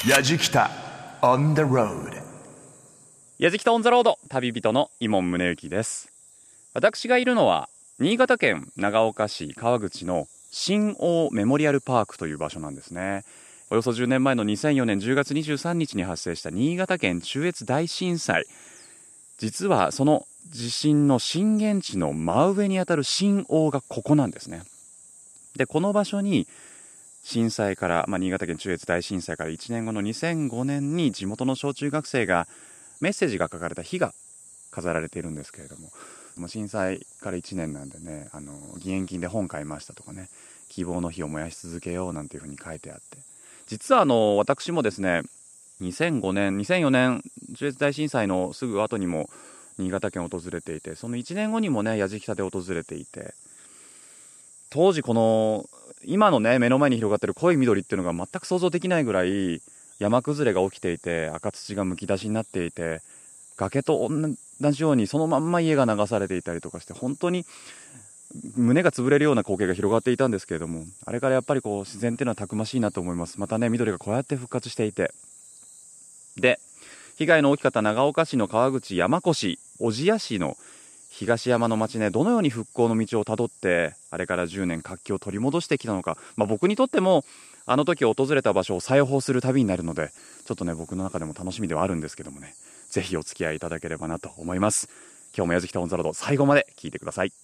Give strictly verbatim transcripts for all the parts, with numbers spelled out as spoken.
やじきた on the road。 やじきたオンザロード、旅人の伊門宗行です。私がいるのは新潟県長岡市川口の新大メモリアルパークという場所なんですね。およそじゅうねんまえのにせんよねんじゅうがつにじゅうさんにちに発生した新潟県中越大震災、実はその地震の震源地の真上にあたる新大がここなんですね。でこの場所に震災から、まあ、新潟県中越大震災からいちねんごのにせんごねんに地元の小中学生がメッセージが書かれた碑が飾られているんですけれども、もう震災からいちねんなんでね、あの義援金で本買いましたとかね、希望の火を燃やし続けようなんていうふうに書いてあって、実はあの私もですね、にせんごねんにせんよねん中越大震災のすぐ後にも新潟県を訪れていて、そのいちねんごにもねやじきたで訪れていて、当時この今のね目の前に広がってる濃い緑っていうのが全く想像できないぐらい山崩れが起きていて、赤土がむき出しになっていて、崖と同じようにそのまんま家が流されていたりとかして、本当に胸が潰れるような光景が広がっていたんですけれども、あれからやっぱりこう自然っていうのはたくましいなと思います。またね緑がこうやって復活していて、で被害の大きかった長岡市の川口山古市小千谷市の東山の町ね、どのように復興の道をたどってあれからじゅうねん活気を取り戻してきたのか、まあ、僕にとってもあの時訪れた場所を再訪する旅になるので、ちょっとね僕の中でも楽しみではあるんですけどもね、ぜひお付き合いいただければなと思います。今日もやじきたオンザロード、最後まで聞いてください。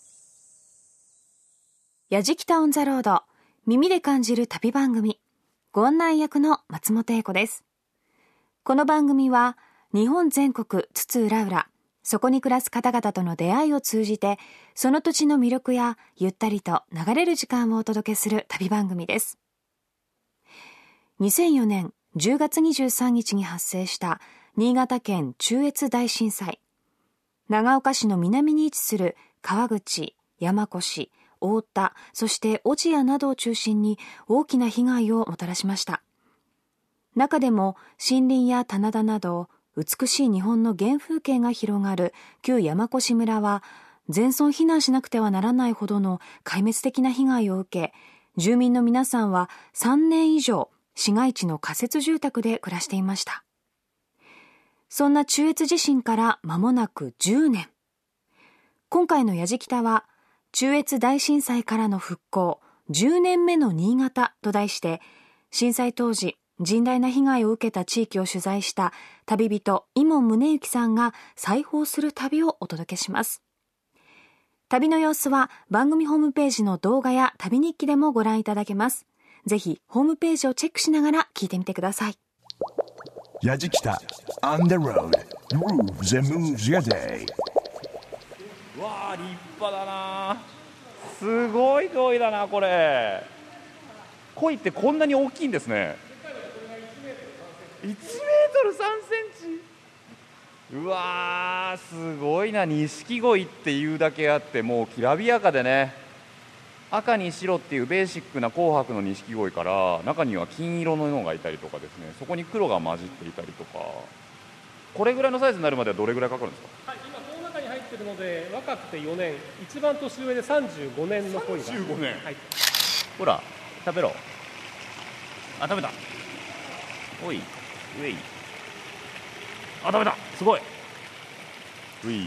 やじきたオンザロード、耳で感じる旅番組、ご案内役の松本英子です。この番組は日本全国津々浦々、そこに暮らす方々との出会いを通じて、その土地の魅力やゆったりと流れる時間をお届けする旅番組です。にせんよねんじゅうがつにじゅうさんにちに発生した新潟県中越大震災。長岡市の南に位置する川口、山古志、太田、そして小千谷などを中心に大きな被害をもたらしました。中でも森林や棚田など美しい日本の原風景が広がる旧山古志村は、全村避難しなくてはならないほどの壊滅的な被害を受け、住民の皆さんはさんねんいじょう市街地の仮設住宅で暮らしていました。そんな中越地震から間もなくじゅうねん。今回のやじきたは、中越大震災からの復興じゅうねんめの新潟と題して、震災当時甚大な被害を受けた地域を取材した旅人伊門宗行さんが再訪する旅をお届けします。旅の様子は番組ホームページの動画や旅日記でもご覧いただけます。ぜひホームページをチェックしながら聞いてみてください。 やじきた on the road。 Grooves and moves your day。 わあ立派だな、すごい鯉だなこれ。鯉ってこんなに大きいんですね。いちメートルさんセンチ。うわーすごいな。錦鯉っていうだけあってもうきらびやかでね、赤に白っていうベーシックな紅白の錦鯉から、中には金色ののがいたりとかですね、そこに黒が混じっていたりとか。これぐらいのサイズになるまではどれぐらいかかるんですか？ はい、今この中に入ってるので若くてよねん、一番年上でさんじゅうごねんの鯉がさんじゅうごねん、 はい、 ほら食べろ。あ食べた。おいウェイ。あ食べた。すごいウィ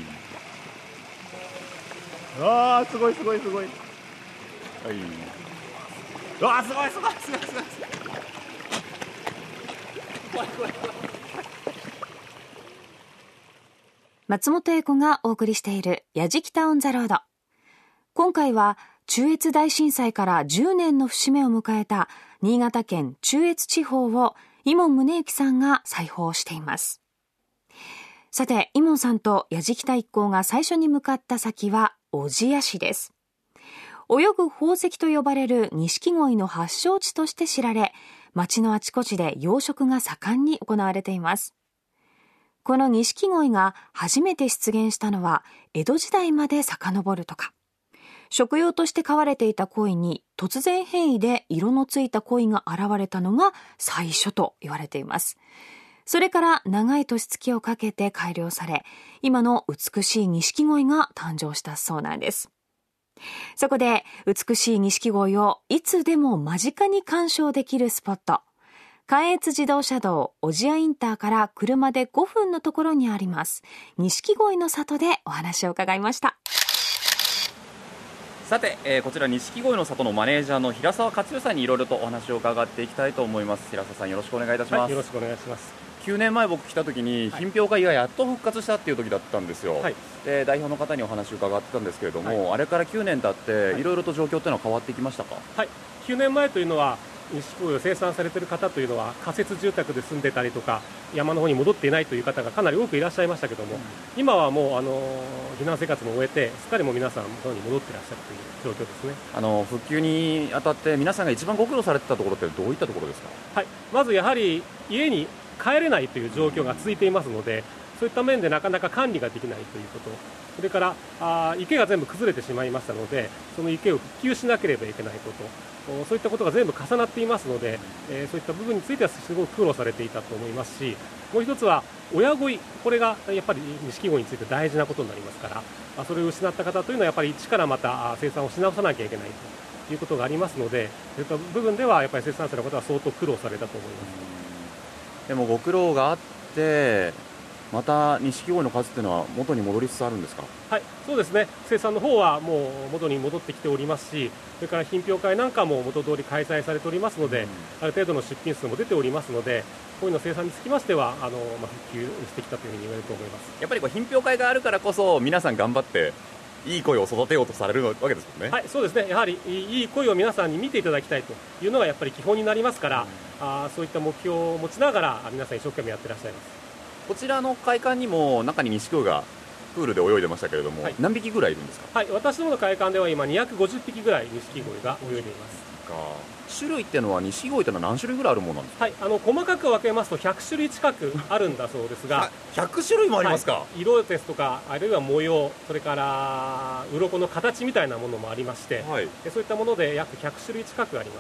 ー。あーすごいすごいすごい。はい。うわーすごいすごいすごいすごい。怖い怖い怖い。 松本英子がお送りしているやじきたオンザロード。今回は中越大震災からじゅうねんの節目を迎えた新潟県中越地方を伊門宗行さんが再訪しています。さて、伊門さんとやじきた一行が最初に向かった先は小千谷市です。泳ぐ宝石と呼ばれる錦鯉の発祥地として知られ、町のあちこちで養殖が盛んに行われています。この錦鯉が初めて出現したのは江戸時代まで遡るとか。食用として飼われていた鯉に突然変異で色のついた鯉が現れたのが最初と言われています。それから長い年月をかけて改良され、今の美しい錦鯉が誕生したそうなんです。そこで美しい錦鯉をいつでも間近に鑑賞できるスポット、 関越自動車道小千谷インターから車でごふんのところにあります錦鯉の里でお話を伺いました。 さて、えー、こちら錦鯉の里のマネージャーの平沢克代さんにいろいろとお話を伺っていきたいと思います。平沢さん、よろしくお願いいたします。 はい、よろしくお願いします。 きゅうねんまえ僕来た時に品評会がやっと復活したっていう時だったんですよ、はい、で代表の方にお話を伺ってたんですけれども、はい、あれからきゅうねん経っていろいろと状況っていうのは変わってきましたか？ はい、きゅうねんまえというのは錦鯉を生産されている方というのは仮設住宅で住んでたりとか山の方に戻っていないという方がかなり多くいらっしゃいましたけども、うん、今はもうあの避難生活も終えてすっかりもう皆さん元に戻っていらっしゃるという状況ですね。 あの復旧にあたって皆さんが一番ご苦労されてたところってどういったところですか？ はい、まずやはり家に帰れないという状況が続いていますので、そういった面でなかなか管理ができないということ、それからあ池が全部崩れてしまいましたのでその池を復旧しなければいけないこと、そういったことが全部重なっていますので、えー、そういった部分についてはすごく苦労されていたと思いますし、もう一つは親鯉、これがやっぱり錦鯉について大事なことになりますから、それを失った方というのはやっぱり一からまた生産をし直さなきゃいけないということがありますので、そういった部分ではやっぱり生産者の方は相当苦労されたと思います。 でもご苦労があってまた錦鯉の数っていうのは元に戻りつつあるんですか？ はい、そうですね。生産の方はもう元に戻ってきておりますし、それから品評会なんかも元通り開催されておりますので、うん、ある程度の出品数も出ておりますので、こういうの生産につきましてはあの、まあ、復旧してきたというふうに言われると思います。 やっぱりこう品評会があるからこそ皆さん頑張っていい鯉を育てようとされるわけですもんね。 はい、そうですね。やはりいい鯉を皆さんに見ていただきたいというのがやっぱり基本になりますから、うん、あそういった目標を持ちながら皆さん一生懸命やってらっしゃいます。 こちらの会館にも中に錦鯉がプールで泳いでましたけれども、はい、何匹ぐらいいるんですか？ はい、私どもの会館では今にひゃくごじゅっぴきぐらい錦鯉が泳いでいます。 種類っていうのは錦鯉ってのは何種類ぐらいあるものなんですか？ はい、あの細かく分けますとひゃくしゅるい近くあるんだそうですがひゃくしゅるいもありますか？ はい、色ですとかあるいは模様、それから鱗の形みたいなものもありまして、はい、そういったもので約ひゃくしゅるい近くあります。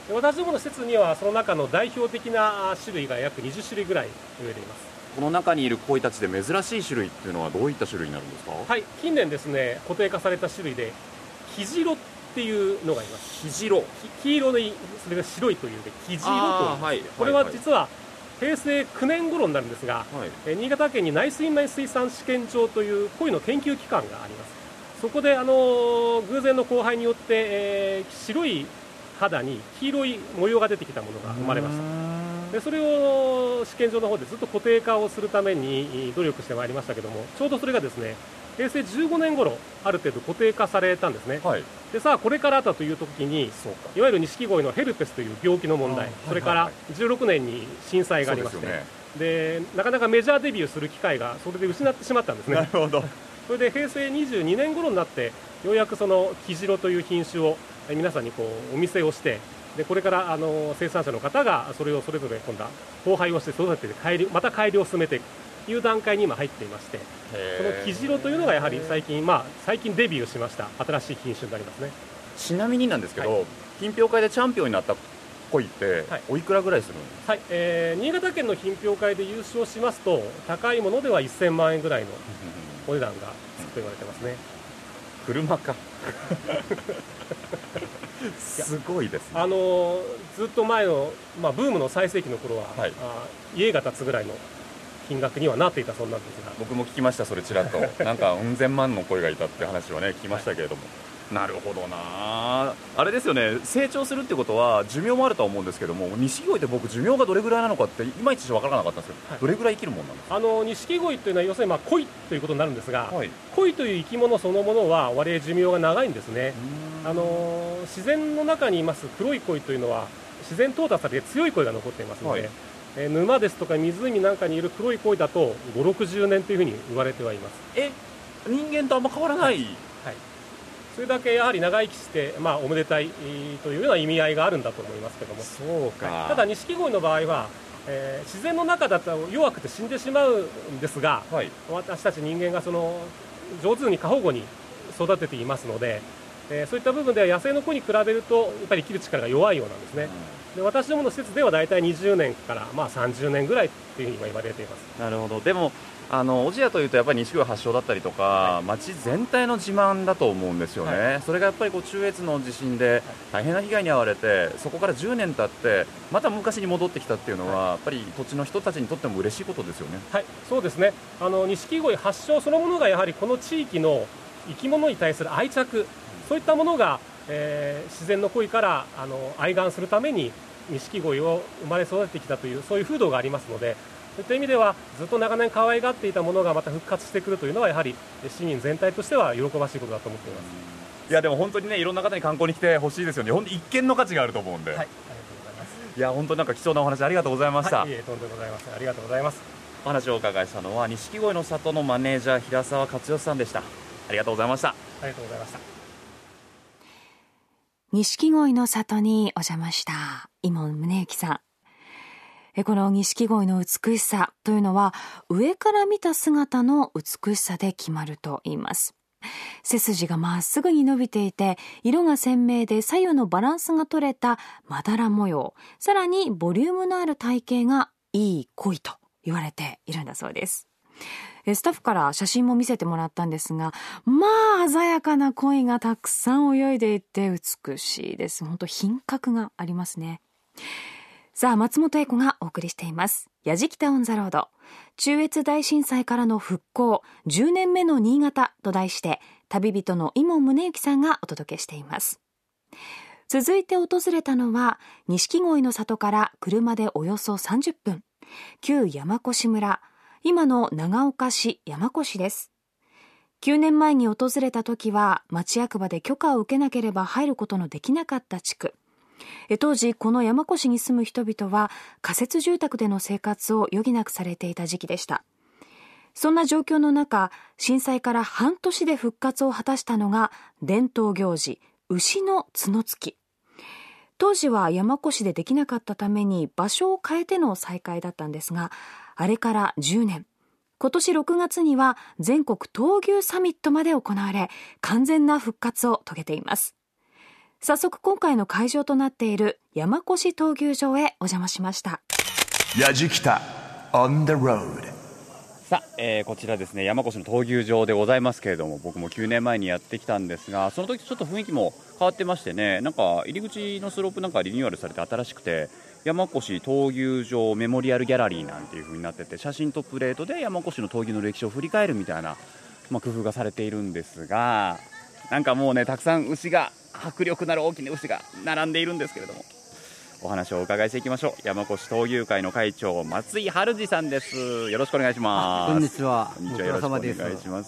私どもの施設にはその中の代表的な種類が約にじゅっしゅるいぐらい植えています。 この中にいる鯉たちで珍しい種類っていうのはどういった種類になるんですか？ はい、近年ですね固定化された種類でキジロっていうのがいます。 キジロ、 黄色でそれが白いというでキジロという、はい、これは実は平成きゅうねん頃になるんですが、はい、え新潟県に内水面水産試験場という鯉の研究機関があります。そこであの偶然の交配によって、えー、白い肌に黄色い模様が出てきたものが生まれました。でそれを試験場の方でずっと固定化をするために努力してまいりましたけども、ちょうどそれがですね平成じゅうごねん頃ある程度固定化されたんですね、はい、でさあこれからだという時にいわゆる錦鯉のヘルペスという病気の問題、それからじゅうろくねんに震災がありまして、でなかなかメジャーデビューする機会がそれで失ってしまったんですね。 なるほど。 それで平成にじゅうにねん頃になってようやくそのキジロという品種を皆さんにこうお見せをして、でこれからあの生産者の方がそれをそれぞれ今度は交配をして育てて改良また改良を進めていくという段階に今入っていまして、このキジロというのがやはり最近、まあ、最近デビューしました新しい品種になりますね。 ちなみになんですけど、はい、品評会でチャンピオンになった鯉っておいくらぐらいするんですか？はい、 えー、新潟県の品評会で優勝しますと高いものではせんまんえんぐらいのお値段がつくと言われてますね。 車かすごいですね。 あのずっと前の、まあ、ブームの最盛期の頃は、はい、あ家が建つぐらいの金額にはなっていたそうなんですが、 僕も聞きました、それちらっとなんかうん千万の声がいたって話はね聞きましたけれども、なるほどな。あれですよね、成長するってことは寿命もあるとは思うんですけども、錦鯉って僕寿命がどれぐらいなのかっていまいち分からなかったんですけど、はい、どれぐらい生きるもんなんですか？あの錦鯉というのは要するにまあ鯉ということになるんですが、はい、鯉という生き物そのものは割合寿命が長いんですね。あの自然の中にいます黒い鯉というのは自然淘汰されて強い鯉が残っていますので、はい、え沼ですとか湖なんかにいる黒い鯉だとごじゅうろくじゅうねんというふうに言われてはいます。 え人間とあんま変わらない、はいはい、 それだけやはり長生きして、まあ、おめでたいというような意味合いがあるんだと思いますけども、 そうか、 はい、ただ錦鯉の場合は、えー、自然の中だと弱くて死んでしまうんですが、はい、私たち人間がその上手に過保護に育てていますので、えー、そういった部分では野生の鯉に比べるとやっぱり生きる力が弱いようなんですね。 で私どもの施設ではだいたいにじゅうねんからまあさんじゅうねんぐらいというふうに今言われています。 なるほど。でもあの小千谷というとやっぱり錦鯉発祥だったりとか、はい、町全体の自慢だと思うんですよね、はい、それがやっぱりこう中越の地震で大変な被害に遭われて、そこからじゅうねん経ってまた昔に戻ってきたっていうのは、はい、やっぱり土地の人たちにとっても嬉しいことですよね。 はい、そうですね。あの錦鯉発祥そのものがやはりこの地域の生き物に対する愛着、そういったものが、えー、自然の鯉からあの愛玩するために錦鯉を生まれ育ててきたというそういう風土がありますので、そういった意味ではずっと長年可愛がっていたものがまた復活してくるというのはやはり市民全体としては喜ばしいことだと思っています。 いやでも本当にね、いろんな方に観光に来てほしいですよね。本当に一見の価値があると思うんで、はい、ありがとうございます。いや本当になんか貴重なお話ありがとうございました。 はい、いえとんでもございません。ありがとうございます。 お話をお伺いしたのは錦鯉の里のマネージャー平沢勝義さんでした。ありがとうございました。 ありがとうございました。 錦鯉の里にお邪魔した伊門宗行さん。この錦鯉の美しさというのは上から見た姿の美しさで決まると言います。背筋がまっすぐに伸びていて、色が鮮明で左右のバランスが取れたまだら模様、さらにボリュームのある体型がいい鯉と言われているんだそうです。スタッフから写真も見せてもらったんですが、まあ鮮やかな鯉がたくさん泳いでいて美しいです。本当品格がありますね。さあ、松本英子がお送りしていますやじきたオンザロード、中越大震災からの復興じゅうねんめの新潟と題して、旅人の伊門宗行さんがお届けしています。続いて訪れたのは錦鯉の里から車でおよそさんじゅっぷん、旧山古村、今の長岡市山古市です。きゅうねんまえに訪れた時は町役場で許可を受けなければ入ることのできなかった地区。当時この山古市に住む人々は仮設住宅での生活を余儀なくされていた時期でした。そんな状況の中、震災から半年で復活を果たしたのが伝統行事、牛の角突き。当時は山古市でできなかったために場所を変えての再開だったんですが、あれからじゅうねん、今年ろくがつには全国闘牛サミットまで行われ、完全な復活を遂げています。早速今回の会場となっている山古志闘牛場へお邪魔しました。 やじきた on the road。 さあ、えー、こちらですね、山古志の闘牛場でございますけれども、僕もきゅうねんまえにやってきたんですが、その時ちょっと雰囲気も変わってましてね、なんか入り口のスロープなんかリニューアルされて新しくて、山古志闘牛場メモリアルギャラリーなんていう風になってて、写真とプレートで山古志の闘牛の歴史を振り返るみたいな、まあ、工夫がされているんですが、なんかもうね、たくさん牛が、迫力なる大きな牛が並んでいるんですけれども、お話をお伺いしていきましょう。山古志闘牛会の会長、松井春二さんです。よろしくお願いします。 こんにちは。 こんにちは、よろしくお願いします。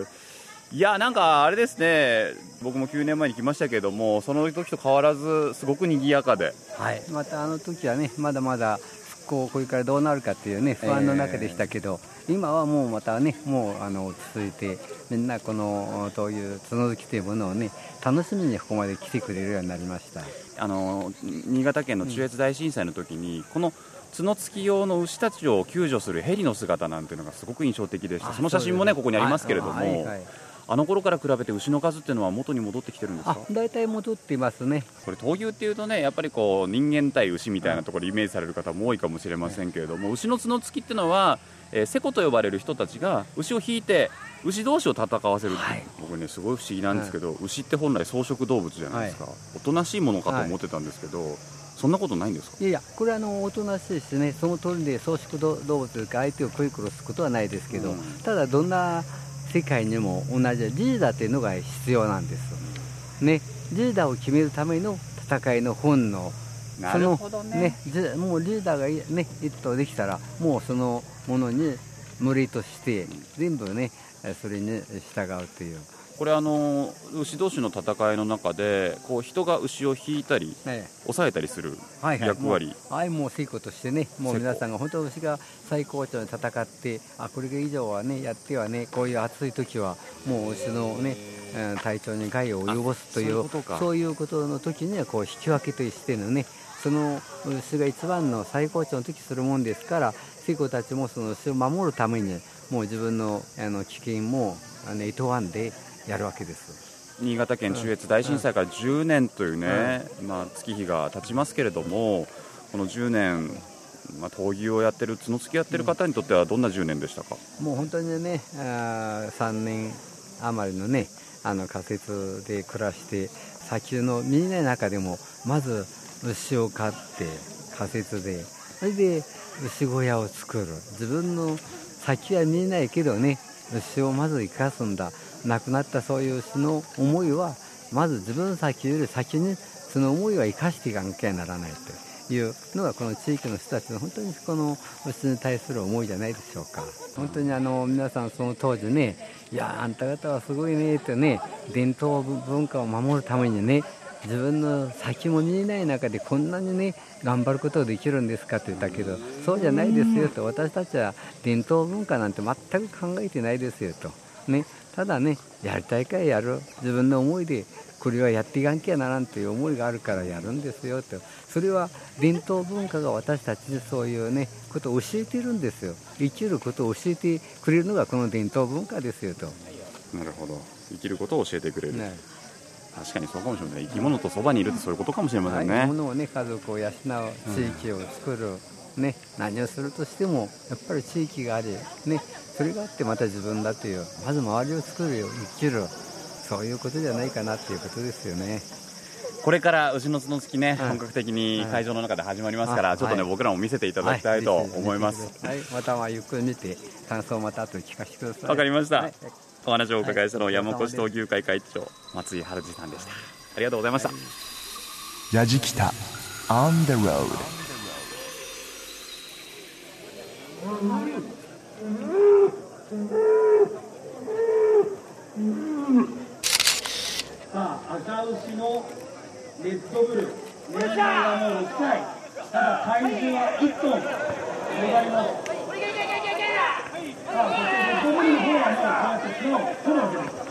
いや、なんかあれですね、僕もきゅうねんまえに来ましたけれども、その時と変わらずすごく賑やかで、 はい、またあの時はね、まだまだ復興これからどうなるかっていうね不安の中でしたけど、えー、今はもうまたね、もうあの落ち着いて、みんなこのそういう角突きというものをね楽しみにここまで来てくれるようになりました。 あの新潟県の中越大震災の時に、うん、この角突き用の牛たちを救助するヘリの姿なんていうのがすごく印象的でした。その写真もねここにありますけれども、はいはい、あの頃から比べて牛の数っていうのは元に戻ってきてるんですか？ あ、だいたい戻っていますね。 これ闘牛っていうとね、やっぱりこう人間対牛みたいなところイメージされる方も多いかもしれませんけれども、はい、牛の角突きっていうのは、えー、セコと呼ばれる人たちが牛を引いて牛同士を戦わせるって、はい、僕ねすごい不思議なんですけど、はい、牛って本来草食動物じゃないですか、はい、おとなしいものかと思ってたんですけど、はい、そんなことないんですか？ いやいや、これはあのおとなしいしね、その通りで草食動物というか相手を食い殺すことはないですけど、うん、ただどんな世界にも同じリーダーというのが必要なんですね。リーダーを決めるための戦いの本能、 なるほどね。 そのね、もうリーダーが、ね、一頭できたらもうそのものに無理として全部ねそれに従うという。 これあの牛同士の戦いの中でこう人が牛を引いたり、はい、抑えたりする役割、 はいはい、もう、はい、もう成功としてね、もう皆さんが本当に牛が最高潮に戦って、あこれ以上はねやってはね、こういう暑い時はもう牛のね体調に害を及ぼすという、そういうことそういうことの時にはこう引き分けとしてのね、その牛が一番の最高潮の時するもんですから、成功たちもその牛を守るためにもう自分のあの危険もあのいとわんでやるわけです。 新潟県中越大震災からじゅうねんというね、まあ、月日が経ちますけれども、このじゅうねん、まあ、闘牛をやってる角突きやってる方にとってはどんなじゅうねんでしたか？ もう本当にね、あさんねん余りのね、あの仮設で暮らして、砂丘の見えない中でもまず牛を飼って仮設で、それで牛小屋を作る。自分の先は見えないけどね、牛をまず生かすんだ。亡くなったそういう牛の思いはまず自分の先より先にその思いは生かしていかなきゃならないというのがこの地域の人たちの本当にこの牛に対する思いじゃないでしょうか。本当にあの皆さんその当時ね、いやあんた方はすごいねってね、伝統文化を守るためにね、自分の先も見えない中でこんなにね頑張ることができるんですかって言ったけど、そうじゃないですよと。私たちは伝統文化なんて全く考えてないですよとね。ただね、やりたいからやる、自分の思いでこれはやっていかなきゃならんという思いがあるからやるんですよと。それは伝統文化が私たちにそういうねことを教えているんですよ。生きることを教えてくれるのがこの伝統文化ですよと。 なるほど、生きることを教えてくれる、ね、確かにそうかもしれない。生き物とそばにいるってそういうことかもしれませんね。 生き物をね、家族を養う、地域を作る、うんね、何をするとしてもやっぱり地域があり、ね、それがあってまた自分だという、まず周りを作るよ、生きる、そういうことじゃないかなっていうことですよね。 これから牛の角突きね、 うん、 本格的に会場の中で始まりますから、ちょっとね、はい、僕らも見せていただきたいと思います。 はい、またはゆっくり見て感想をまた後で聞かせてください。 わかりました、はい、お話をお伺いしたのは、はい、山越闘牛会会長松井春二さんでした。ありがとうございました。 やじきた On the road。 さあ、赤牛のレッドブル、年齢はもうろっさい、ただ体重はいっトン広がります。さあ、そしてレッドブルの方はもうこうやって角を取るわけです。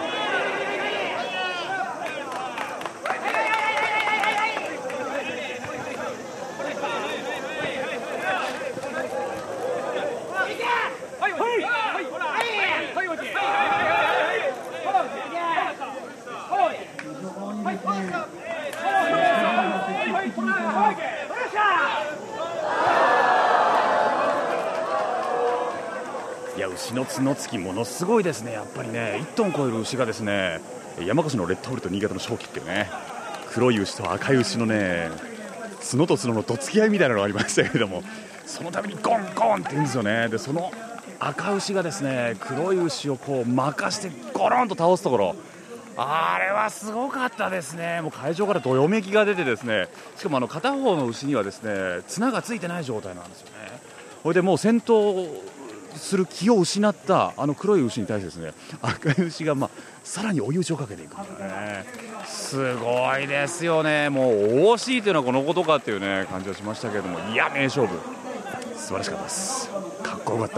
いや、牛の角突きものすごいですね。やっぱりね、いちトン超える牛がですね、山越のレッドブルと新潟の正気っていうね、黒い牛と赤い牛のね、角と角のどつき合いみたいなのがありましたけれども、そのためにゴンゴンって言うんですよね。でその赤牛がですね、黒い牛をこう任してゴロンと倒すところ、あれはすごかったですね。もう会場からどよめきが出てですね、しかもあの片方の牛にはですね、綱がついてない状態なんですよね。これでもう先頭する気を失ったあの黒い牛に対してですね、赤い牛がまあさらに追い打ちをかけていくんだね。すごいですよね。もう惜しいというのはこのことかっていうね感じはしましたけれども、いや名勝負素晴らしかったです。かっこよかった。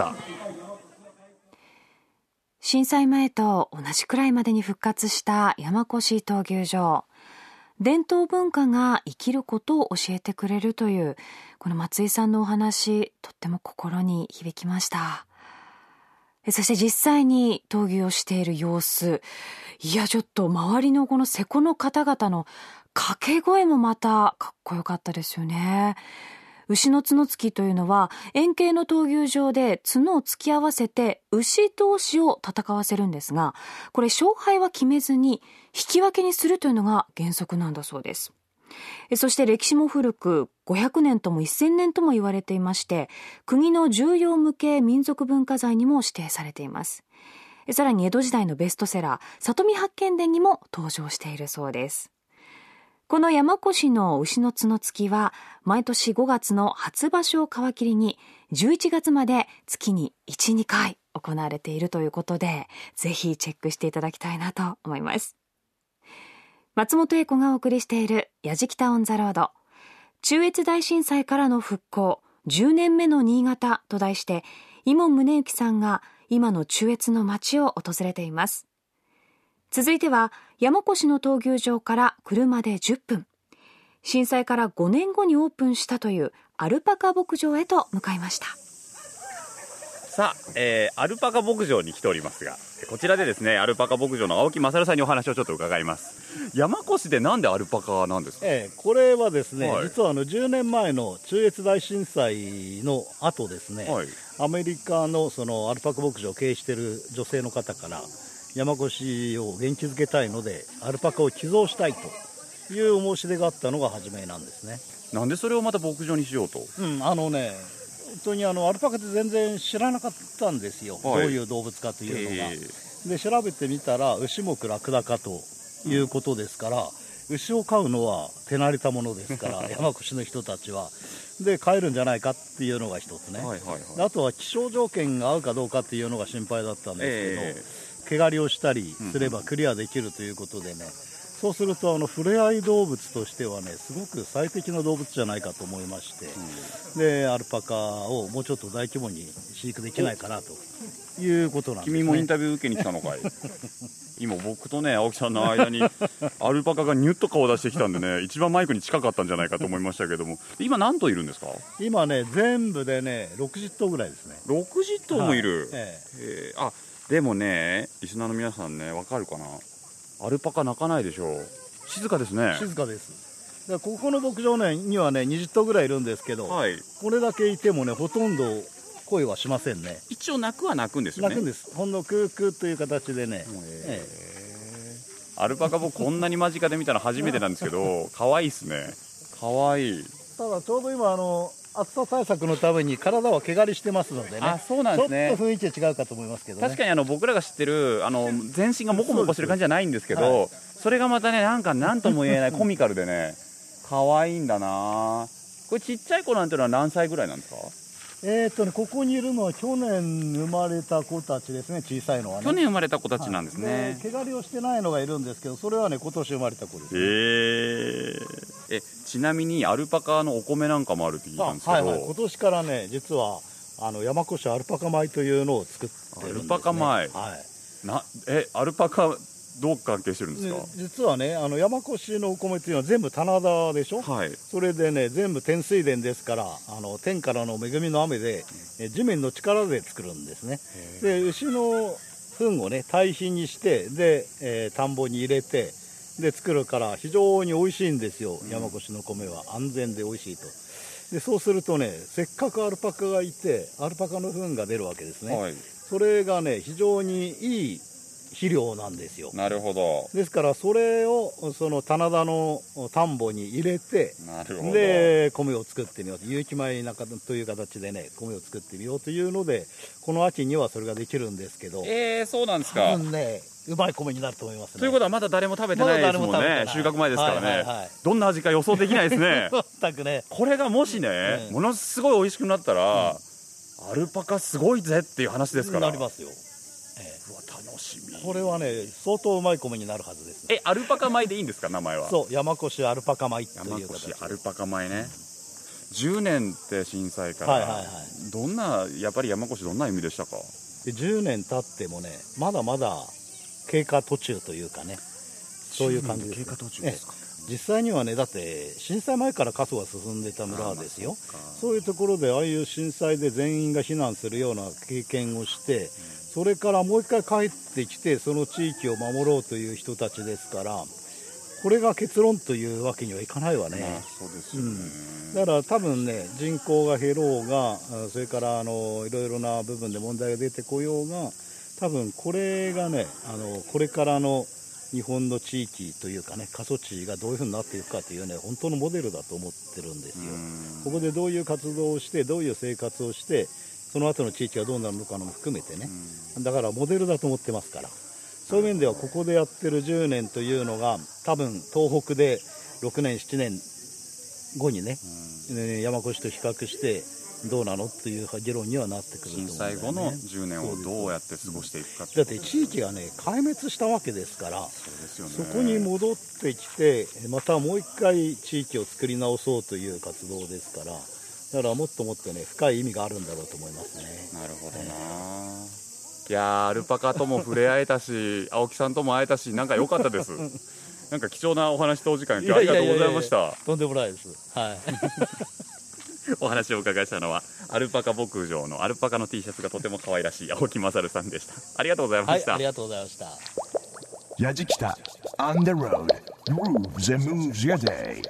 震災前と同じくらいまでに復活した山越闘牛場。伝統文化が生きることを教えてくれるというこの松井さんのお話、とっても心に響きました。そして実際に闘牛をしている様子、いやちょっと周りのこの瀬古の方々の掛け声もまたかっこよかったですよね。牛の角突きというのは円形の闘牛場で角を突き合わせて牛同士を戦わせるんですが、これ勝敗は決めずに引き分けにするというのが原則なんだそうです。そして歴史も古くごひゃくねんともせんねんとも言われていまして、国の重要無形民族文化財にも指定されています。さらに江戸時代のベストセラー里見八犬伝にも登場しているそうです。この山越の牛の角突きは毎年ごがつの初場所を皮切りにじゅういちがつまで月にいち、にかい行われているということで、ぜひチェックしていただきたいなと思います。松本英子がお送りしているやじきたオンザロード、中越大震災からの復興じゅうねんめの新潟と題して、伊門宗行さんが今の中越の街を訪れています。続いては山越の闘牛場から車でじゅっぷん、震災からごねんごにオープンしたというアルパカ牧場へと向かいました。 さあ、えー、アルパカ牧場に来ておりますが、 こちらでですねアルパカ牧場の青木勝さんにお話をちょっと伺います。山古志でなんでアルパカなんですか？ ええ、これはですね、 はい、 実はあのじゅうねんまえの中越大震災の後ですね、はい、アメリカのそのアルパカ牧場を経営している女性の方から山古志を元気づけたいのでアルパカを寄贈したいというお申し出があったのが初めなんですね。 なんでそれをまた牧場にしようと？ うん、あのね本当にあのアルパカって全然知らなかったんですよ、はい、どういう動物かというのが、えー、で調べてみたら牛目ラクダかということですから、うん、牛を飼うのは手慣れたものですから山越の人たちはで飼えるんじゃないかっていうのが一つね、はいはいはい、あとは気象条件が合うかどうかっていうのが心配だったんですけど、えー、毛刈りをしたりすればクリアできるということでね、うん、そうするとあの触れ合い動物としてはねすごく最適な動物じゃないかと思いまして、うん、でアルパカをもうちょっと大規模に飼育できないかなということなんですね。 君もインタビュー受けに来たのかい今僕とね青木さんの間にアルパカがニュッと顔を出してきたんでね一番マイクに近かったんじゃないかと思いましたけども、今何頭いるんですか？ 今ね全部でねろくじゅっとうぐらいですね。 ろくじゅっとうもいる、はい、 ええー、あでもねリスナーの皆さんね分かるかな、アルパカ鳴かないでしょう。静かですね。 静かです。だからここの牧場、ね、にはねにじゅっとうぐらいいるんですけど、はい、これだけいてもねほとんど声はしませんね。 一応鳴くは鳴くんですよね。 鳴くんです。ほんのクークーという形でね、えー、アルパカ僕こんなに間近で見たの初めてなんですけど可愛いですね。可愛い。 ただちょうど今あの暑さ対策のために体は毛刈りしてますのでね。 あ、そうなんですね。 ちょっと雰囲気は違うかと思いますけどね。 確かにあの僕らが知ってるあの全身がモコモコしてる感じじゃないんですけど、はい、それがまたねなんか何とも言えないコミカルでね可愛いんだな。これちっちゃい子なんていうのは何歳ぐらいなんですか？ えーっとねここにいるのは去年生まれた子たちですね。小さいのはね。 去年生まれた子たちなんですね。 はい、で毛刈りをしてないのがいるんですけど、それはね今年生まれた子です、ね。 えーえちなみにアルパカのお米なんかもあるって聞いたんですけど、 はいはい、今年からね実はあの山古志アルパカ米というのを作ってるんです、ね、 アルパカ米、はい、なえアルパカどう関係してるんですか？ 実はねあの山古志のお米っていうのは全部棚田でしょ、はい、それでね全部天水田ですからあの天からの恵みの雨で、うん、地面の力で作るんですね。で牛の糞をね堆肥にしてで、えー、田んぼに入れてで作るから非常に美味しいんですよ、うん、山古志の米は安全で美味しいと。でそうするとねせっかくアルパカがいてアルパカの糞が出るわけですね、はい、それがね非常にいい肥料なんですよ。 なるほど。 ですからそれをその棚田の田んぼに入れてなるほどで米を作ってみようと有機米という形でね米を作ってみようというのでこの秋にはそれができるんですけど、 えー、そうなんですか。 多分ねうまい米になると思いますね。 ということはまだ誰も食べてないですもんね。収穫前ですからね、はいはいはい、どんな味か予想できないですね全くね。 これがもしね、うん、ものすごい美味しくなったら、うん、アルパカすごいぜっていう話ですから。 なりますよ、ええ、うわ楽しみ。 これはね相当うまい米になるはずですね。 えアルパカ米でいいんですか？名前は。 そう山古アルパカ米という形。 山古アルパカ米ね、うん、じゅうねんって震災から、はいはいはい、どんなやっぱり山古どんな意味でしたか？ でじゅうねん経ってもねまだまだ経過途中というかねそういう感じです、ね、 経過途中ですか？ 実際にはねだって震災前から過疎が進んでた村ですよ。そういうところでああいう震災で全員が避難するような経験をして、うん、それからもう一回帰ってきてその地域を守ろうという人たちですからこれが結論というわけにはいかないわね。 まあ、そうですよね、 うん、だから多分ね人口が減ろうがそれからあのいろいろな部分で問題が出てこようが多分これがねあのこれからの日本の地域というかね過疎地がどういうふうになっていくかというね本当のモデルだと思ってるんですよ。ここでどういう活動をしてどういう生活をしてその後の地域がどうなるのかも含めてねだからモデルだと思ってますからそういう面ではここでやってるじゅうねんというのが多分東北でろくねんななねんごにね山古志と比較してどうなのっていう議論にはなってくると思うんだよね。 震災後のじゅうねんをどうやって過ごしていくかって、 だって地域がね壊滅したわけですからそうですよね、 そこに戻ってきてまたもう一回地域を作り直そうという活動ですからだからもっともっとね深い意味があるんだろうと思いますね。 なるほどな、えー、いやアルパカとも触れ合えたし青木さんとも会えたしなんか良かったですなんか貴重なお話とお時間今日ありがとうございました。 いやいやいやいやとんでもないです、はいお話をお伺いしたのはアルパカ牧場のアルパカの T シャツがとても可愛らしい青木勝さんでした。ありがとうございました。 はい、ありがとうございました。 やじきた On the road grooves and moves your day。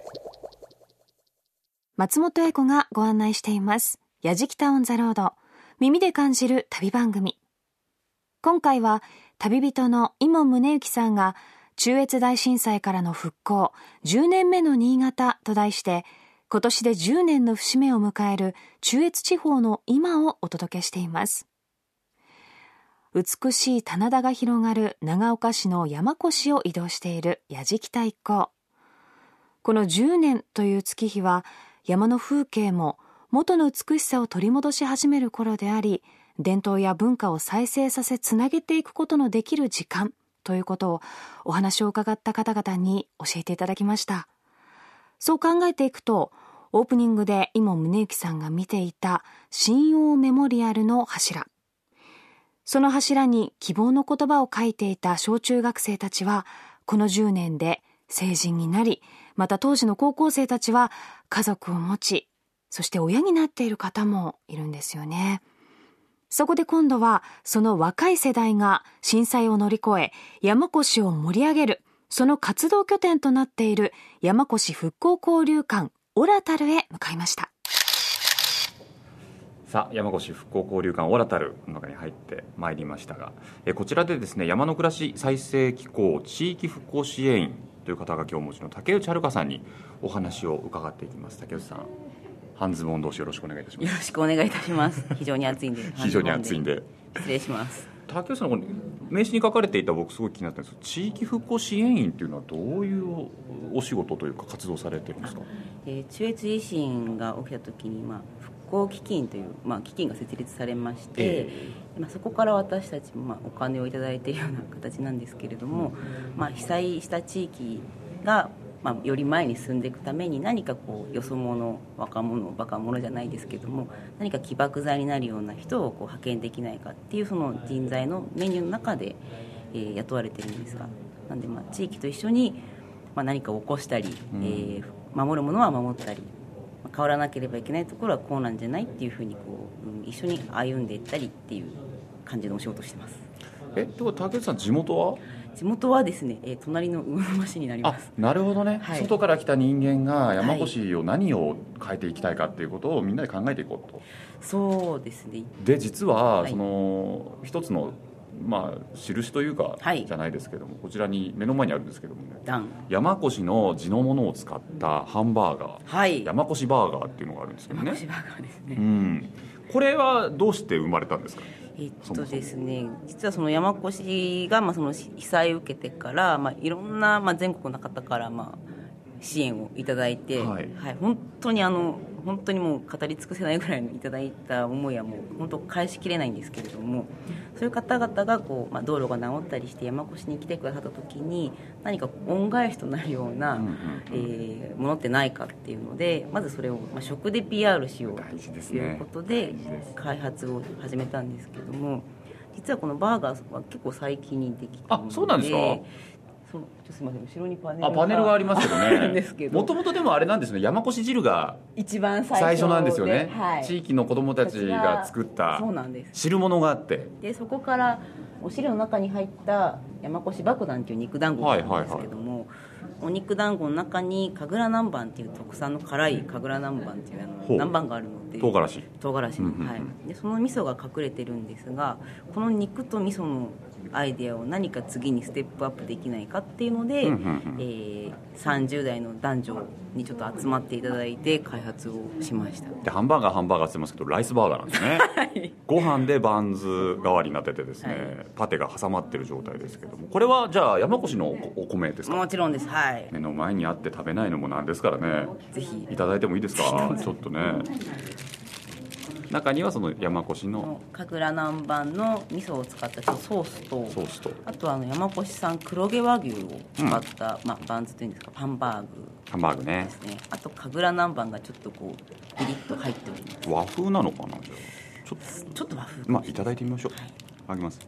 松本英子がご案内していますやじきたオンザロード、耳で感じる旅番組。今回は旅人の伊門宗行さんが中越大震災からの復興じゅうねんめの新潟と題して、今年でじゅうねんの節目を迎える中越地方の今をお届けしています。美しい棚田が広がる長岡市の山越を移動しているやじきた一行。このじゅうねんという月日は、山の風景も元の美しさを取り戻し始める頃であり、伝統や文化を再生させつなげていくことのできる時間ということをお話を伺った方々に教えていただきました。そう考えていくと、オープニングで伊門宗行さんが見ていた新王メモリアルの柱、その柱に希望の言葉を書いていた小中学生たちは、このじゅうねんで成人になり、また当時の高校生たちは家族を持ち、そして親になっている方もいるんですよね。そこで今度はその若い世代が震災を乗り越え、山越を盛り上げる、その活動拠点となっている山越復興交流館オラタルへ向かいました。 さあ、山越復興交流館オラタルの中に入ってまいりましたが、えこちらでですね、山の暮らし再生機構地域復興支援員という肩書きをお持ちの竹内遥さんにお話を伺っていきます。竹内さん、半ズボン同士よろしくお願いいたします。 よろしくお願いいたします。非常に暑いんで非常に暑いんで失礼します。 竹内さんの名刺に書かれていた、僕すごい気になったんですけど、地域復興支援員っていうのはどういうお仕事というか活動されてるんですか？ えー、中越地震が起きた時に、まあ、復興基金という、まあ、基金が設立されまして、えーまあ、そこから私たちも、まあ、お金をいただいているような形なんですけれども、まあ、被災した地域がまあ、より前に進んでいくために何かこうよそ者、若者、バカ者じゃないですけども、何か起爆剤になるような人をこう派遣できないかっていうその人材のメニューの中で、えー、雇われてるんですが、なんでまあ地域と一緒にまあ何かを起こしたり、うん、えー、守るものは守ったり、まあ、変わらなければいけないところはこうなんじゃないっていうふうにこう、うん、一緒に歩んでいったりっていう感じのお仕事をしてます。 えっと竹内さん、地元は？ 地元はですね、えー、隣の魚沼市になります。 あ、なるほどね、はい、外から来た人間が山越を何を変えていきたいかっていうことをみんなで考えていこうと。 そうですね。 で実は、はい、その一つのまあ印というか、はい、じゃないですけども、こちらに目の前にあるんですけどもね、山越の地のものを使ったハンバーガー、はい、山越バーガーっていうのがあるんですけどね。 山越バーガーですね、 うん、これはどうして生まれたんですか？ えっとですね、実はその山越がまあその被災を受けてから、まあ、いろんなまあ全国の方からまあ支援をいただいて、はいはい、本当にあの本当にもう語り尽くせないぐらいのいただいた思いはもう本当返しきれないんですけれども、そういう方々がこう、まあ、道路が治ったりして山越に来てくださった時に何か恩返しとなるような、うんうんうん、えー、ものってないかっていうので、まずそれを、まあ、食で ピーアール しようということで開発を始めたんですけども、実はこのバーガーは結構最近にできたので。 あ、そうなんですか？ そう、ちょすみません、後ろにパネルがあパネルがありますけどね。もともとでもあれなんですね、山越汁が一番最 初, 最初なんですよね、 はい、 地域の子どもたちが作った汁物があって、 でそこからお汁の中に入った山越爆弾という肉団子があるんですけども、はいはいはい、お肉団子の中に神楽南蛮っていう特産の辛い神楽南蛮っていうあの南蛮があるので、 唐辛子唐辛子、うんうんうん、はい、でその味噌が隠れてるんですが、この肉と味噌のアイデアを何か次にステップアップできないかっていうので、うんうんうん、えー、さんじゅう代の男女にちょっと集まっていただいて開発をしました。 でハンバーガーハンバーガーって言ってますけど、ライスバーガーなんですね、はい、ご飯でバンズ代わりになっててですね、はい、パテが挟まってる状態ですけども、これはじゃあ山越のお米ですか？ もちろんです、はい、 目の前にあって食べないのもなんですからね、 ぜひいただいてもいいですか？ちょっとね、中にはその山越の神楽南蛮の味噌を使ったソースと、 ソースとあとはあの山越産黒毛和牛を使った、うん、まあ、バンズというんですか、ハンバーグハンバーグねですね。あと神楽南蛮がちょっとこうピリッと入っております。 和風なのかな？じゃあちょっとちょっと和風、 まあいただいてみましょう、はい、あげます。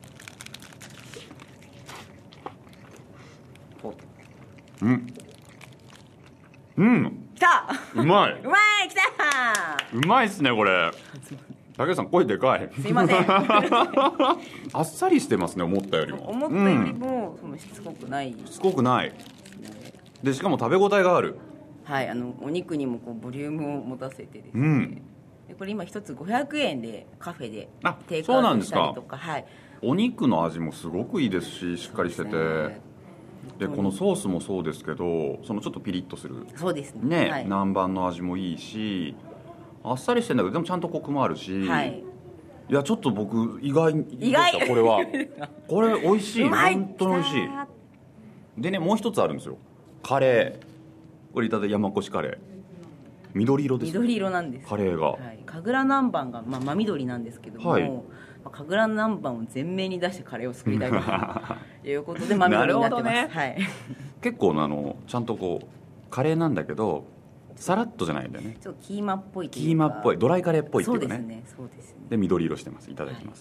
うんうん、 きたうまいうまい、きたうまいっすねこれ。竹内さん声でかい。 すいませんあっさりしてますね思ったよりも。 思ったよりも、うん、そのしつこくない。 しつこくないで、しかも食べ応えがある。 はい、あのお肉にもこうボリュームを持たせてですね、 うん、 でこれ今一つごひゃくえんでカフェでテイクそうなアウトしたんですか。 りとか、はい、 お肉の味もすごくいいですし、しっかりしてて、でこのソースもそうですけど、そのちょっとピリッとする、 そうですね、 ね、はい、南蛮の味もいいし、あっさりしてんだけどでもちゃんとコクもあるし、はい、いやちょっと僕意外でしたこれはこれ美味しい、本当に美味しい。でね、もう一つあるんですよ、カレー。これいただいた山越カレー、緑色です。 緑色なんです、 カレーが、はい、 神楽南蛮が、まあ、真緑なんですけども、はい、神楽南蛮を前面に出してカレーを作りたいということで真緑になってます、ね、はい、結構あのちゃんとこうカレーなんだけどさらっとじゃないんだよね。 ちょっとキーマっぽいというか、 キーマっぽい、ドライカレーっぽいっていうかね。 そうですね、そうですね。 で緑色してます。いただきます、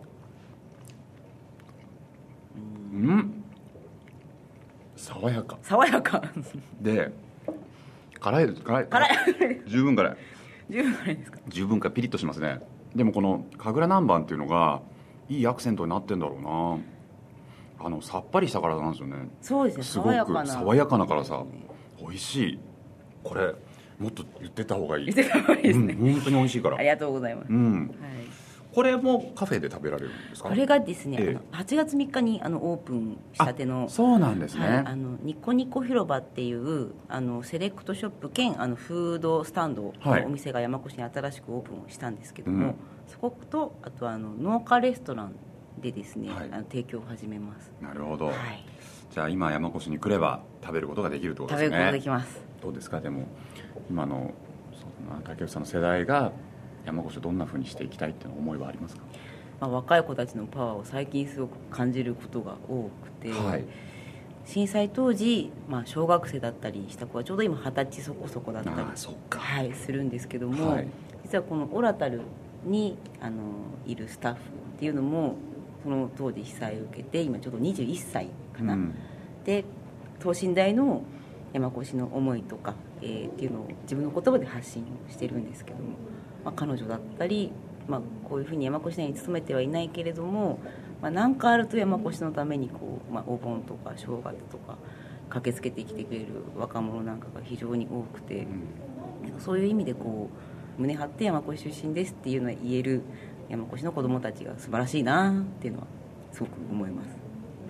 はい、うん、爽やか爽やかで辛い辛い辛い十分辛い十分辛いですか。 十分辛い、ピリッとしますね。でもこの神楽南蛮っていうのがいいアクセントになってんだろうな。あのさっぱりした辛さなんですよね。 そうですね、 すごく爽やかな辛さ、美味しい。これもっと言ってた方がいい。 言ってた方がいいですね、 うん、本当に美味しいから。 ありがとうございます、 うん、 はい、 これもカフェで食べられるんですか。 これがですね、 ええ、 あのはちがつみっかにあのオープンしたての、 そうなんですね、 はい、あのニコニコ広場っていうあのセレクトショップ兼あのフードスタンドのお店が山越に新しくオープンをしたんですけども、はい、そことあとあの農家レストランでですね、はい、あの提供を始めます。 なるほど、 はい、 じゃあ今山越に来れば食べることができるってことですね。 食べることができます。 どうですか、でも今のそんな竹内さんの世代が山越をどんな風にしていきたいっていう思いはありますか。 まあ、若い子たちのパワーを最近すごく感じることが多くて、はい、震災当時、まあ、小学生だったりした子はちょうど今二十歳そこそこだったり、はい、するんですけども、はい、実はこのオラタルにあのいるスタッフっていうのもその当時被災を受けて今ちょうどにじゅういっさいかな、うん、で等身大の山越の思いとか、えー、っていうのを自分の言葉で発信してるんですけども、まあ、彼女だったり、まあ、こういうふうに山越内に勤めてはいないけれども、まあ、何かあると山越のためにこう、まあ、お盆とか正月とか駆けつけてきてくれる若者なんかが非常に多くて、うん、そういう意味でこう胸張って山越出身ですっていうのは言える山越の子どもたちが素晴らしいなっていうのはすごく思います。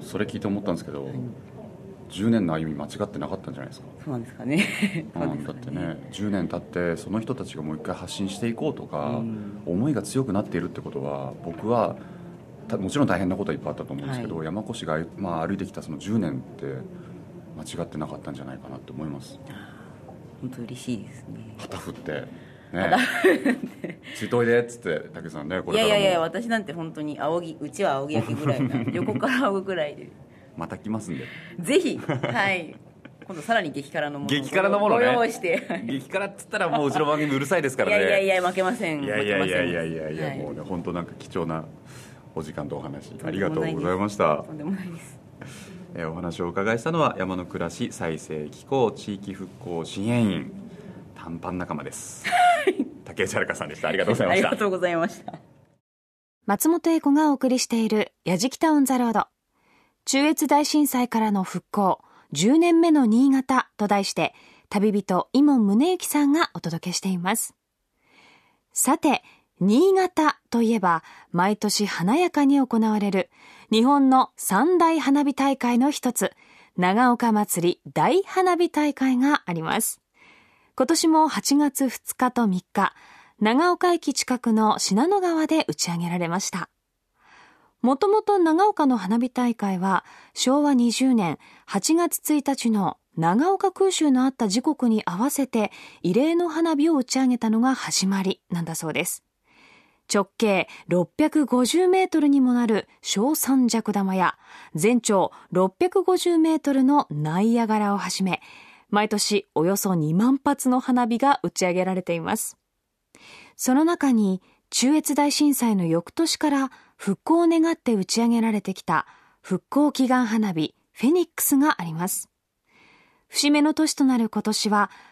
それ聞いて思ったんですけど、はい、じゅうねんの歩み間違ってなかったんじゃないですか。 そうなんですかねうん、だってねじゅうねん経ってその人たちがもう一回発信していこうとか、うん、思いが強くなっているってことは僕はもちろん大変なことはいっぱいあったと思うんですけど、はい、山越が、まあ、歩いてきたそのじゅうねんって間違ってなかったんじゃないかなって思います。 本当嬉しいですね。 旗振ってね、ついといでっつって竹内さんね、これからもいやいやいや私なんて本当に仰ぎうちは仰ぎ焼きぐらいな横から仰ぐぐらいでまた来ますんでぜひはい今度さらに激辛のものを激辛のものねご用意して激辛っつったらもううちの番組うるさいですからねいやいやいや負けませんいやいやいやいやいやいや、はい、もうね本当なんか貴重なお時間とお話ありがとうございました。 とんでもないです。 えー、お話をお伺いしたのは山の暮らし再生機構地域復興支援員短パン仲間です竹内遥さんでした。ありがとうございました。 ありがとうございました。 松本英子がお送りしているやじきたオンザロード、中越大震災からの復興じゅうねんめの新潟と題して旅人伊門宗行さんがお届けしています。さて新潟といえば毎年華やかに行われる日本の三大花火大会の一つ長岡まつり大花火大会があります。今年もはちがつふつかとみっか長岡駅近くの信濃川で打ち上げられました。もともと長岡の花火大会はしょうわにじゅうねんはちがつついたちの長岡空襲のあった時刻に合わせて慰霊の花火を打ち上げたのが始まりなんだそうです。直径ろっぴゃくごじゅうメートルにもなる小三尺玉や全長ろっぴゃくごじゅうメートルのナイアガラをはじめ毎年およそにまんぱつの花火が打ち上げられています。その中に中越大震災の翌年から復興を願って打ち上げられてきた復興祈願花火フェニックスがあります。節目の年となる今年は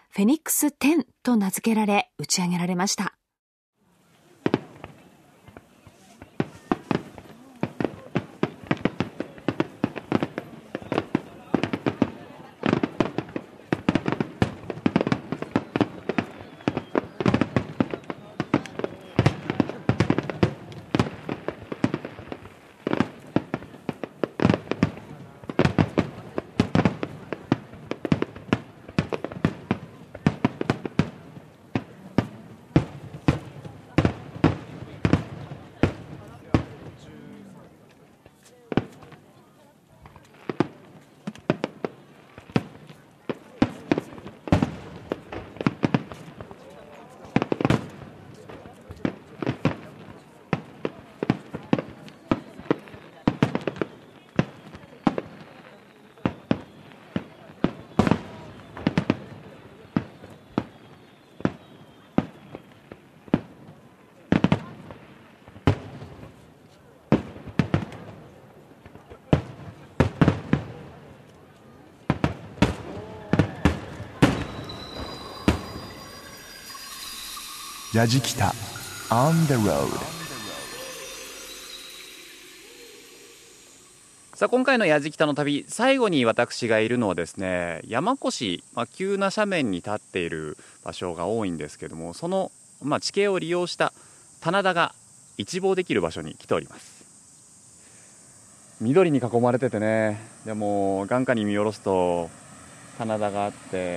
フェニックステンと名付けられ打ち上げられました。 やじきた On the Road。 さあ今回のやじきたの旅、最後に私がいるのはですね、山古志、まあ、急な斜面に立っている場所が多いんですけども、その、まあ、地形を利用した棚田が一望できる場所に来ております。緑に囲まれててね、でも眼下に見下ろすと棚田があって、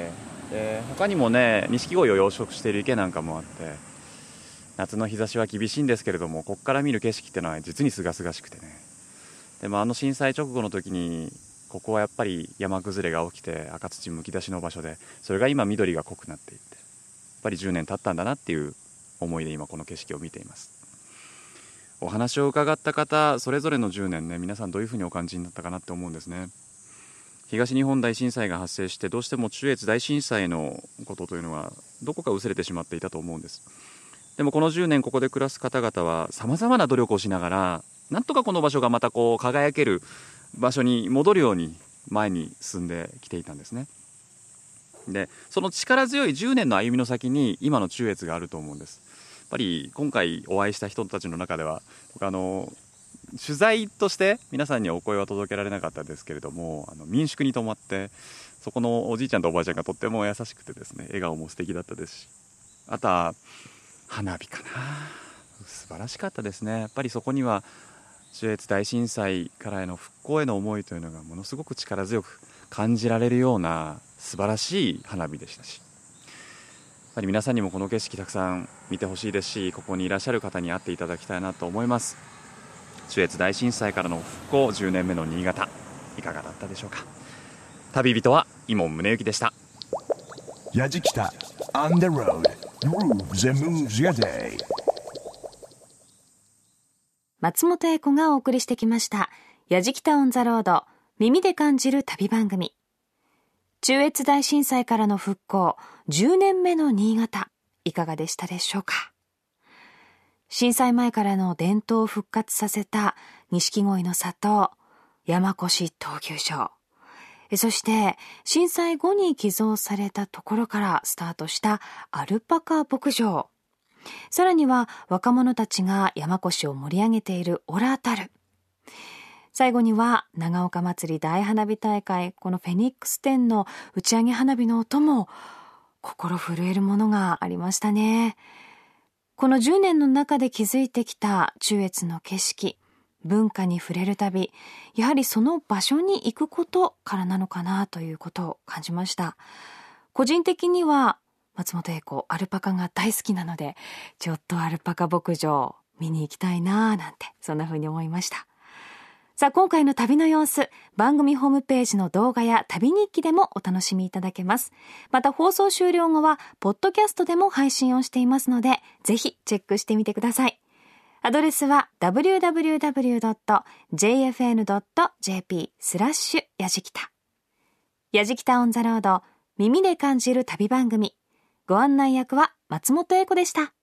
で他にもね錦鯉を養殖している池なんかもあって、夏の日差しは厳しいんですけれども、ここから見る景色ってのは実に清々しくてね。でもあの震災直後の時にここはやっぱり山崩れが起きて赤土むき出しの場所で、それが今緑が濃くなっていって、やっぱりじゅうねん経ったんだなっていう思いで今この景色を見ています。お話を伺った方それぞれのじゅうねんね、皆さんどういうふうにお感じになったかなって思うんですね。東日本大震災が発生して、どうしても中越大震災のことというのはどこか薄れてしまっていたと思うんです。でもこのじゅうねんここで暮らす方々はさまざまな努力をしながら、なんとかこの場所がまたこう輝ける場所に戻るように前に進んできていたんですね。でその力強いじゅうねんの歩みの先に今の中越があると思うんです。やっぱり今回お会いした人たちの中では、僕あの取材として皆さんにはお声は届けられなかったですけれども、あの民宿に泊まって、そこのおじいちゃんとおばあちゃんがとっても優しくてですね、笑顔も素敵だったですし、あとは花火かな、素晴らしかったですね。やっぱりそこには中越大震災からへの復興への思いというのがものすごく力強く感じられるような素晴らしい花火でしたし、やっぱり皆さんにもこの景色たくさん見てほしいですし、ここにいらっしゃる方に会っていただきたいなと思います。中越大震災からの復興じゅうねんめの新潟、いかがだったでしょうか。旅人は伊門宗行でした。 やじきた On the Road Grooves and Moves Your Day。 松本英子がお送りしてきましたやじきたオンザロード、耳で感じる旅番組。中越大震災からの復興じゅうねんめの新潟、いかがでしたでしょうか。震災前からの伝統を復活させた錦鯉の里、山古志闘牛場、そして震災後に寄贈されたところからスタートしたアルパカ牧場、さらには若者たちが山古志を盛り上げているオラータル、最後には長岡祭り大花火大会、このフェニックステンの打ち上げ花火の音も心震えるものがありましたね。このじゅうねんの中で築いてきた中越の景色、文化に触れる旅、やはりその場所に行くことからなのかなということを感じました。個人的には松本英子、アルパカが大好きなので、ちょっとアルパカ牧場見に行きたいなぁなんて、そんな風に思いました。さあ今回の旅の様子、番組ホームページの動画や旅日記でもお楽しみいただけます。また放送終了後はポッドキャストでも配信をしていますので、ぜひチェックしてみてください。アドレスは ダブリューダブリューダブリュードットジェイエフエヌドットジェーピースラッシュやじきた。やじきたオンザロード、耳で感じる旅番組。ご案内役は松本英子でした。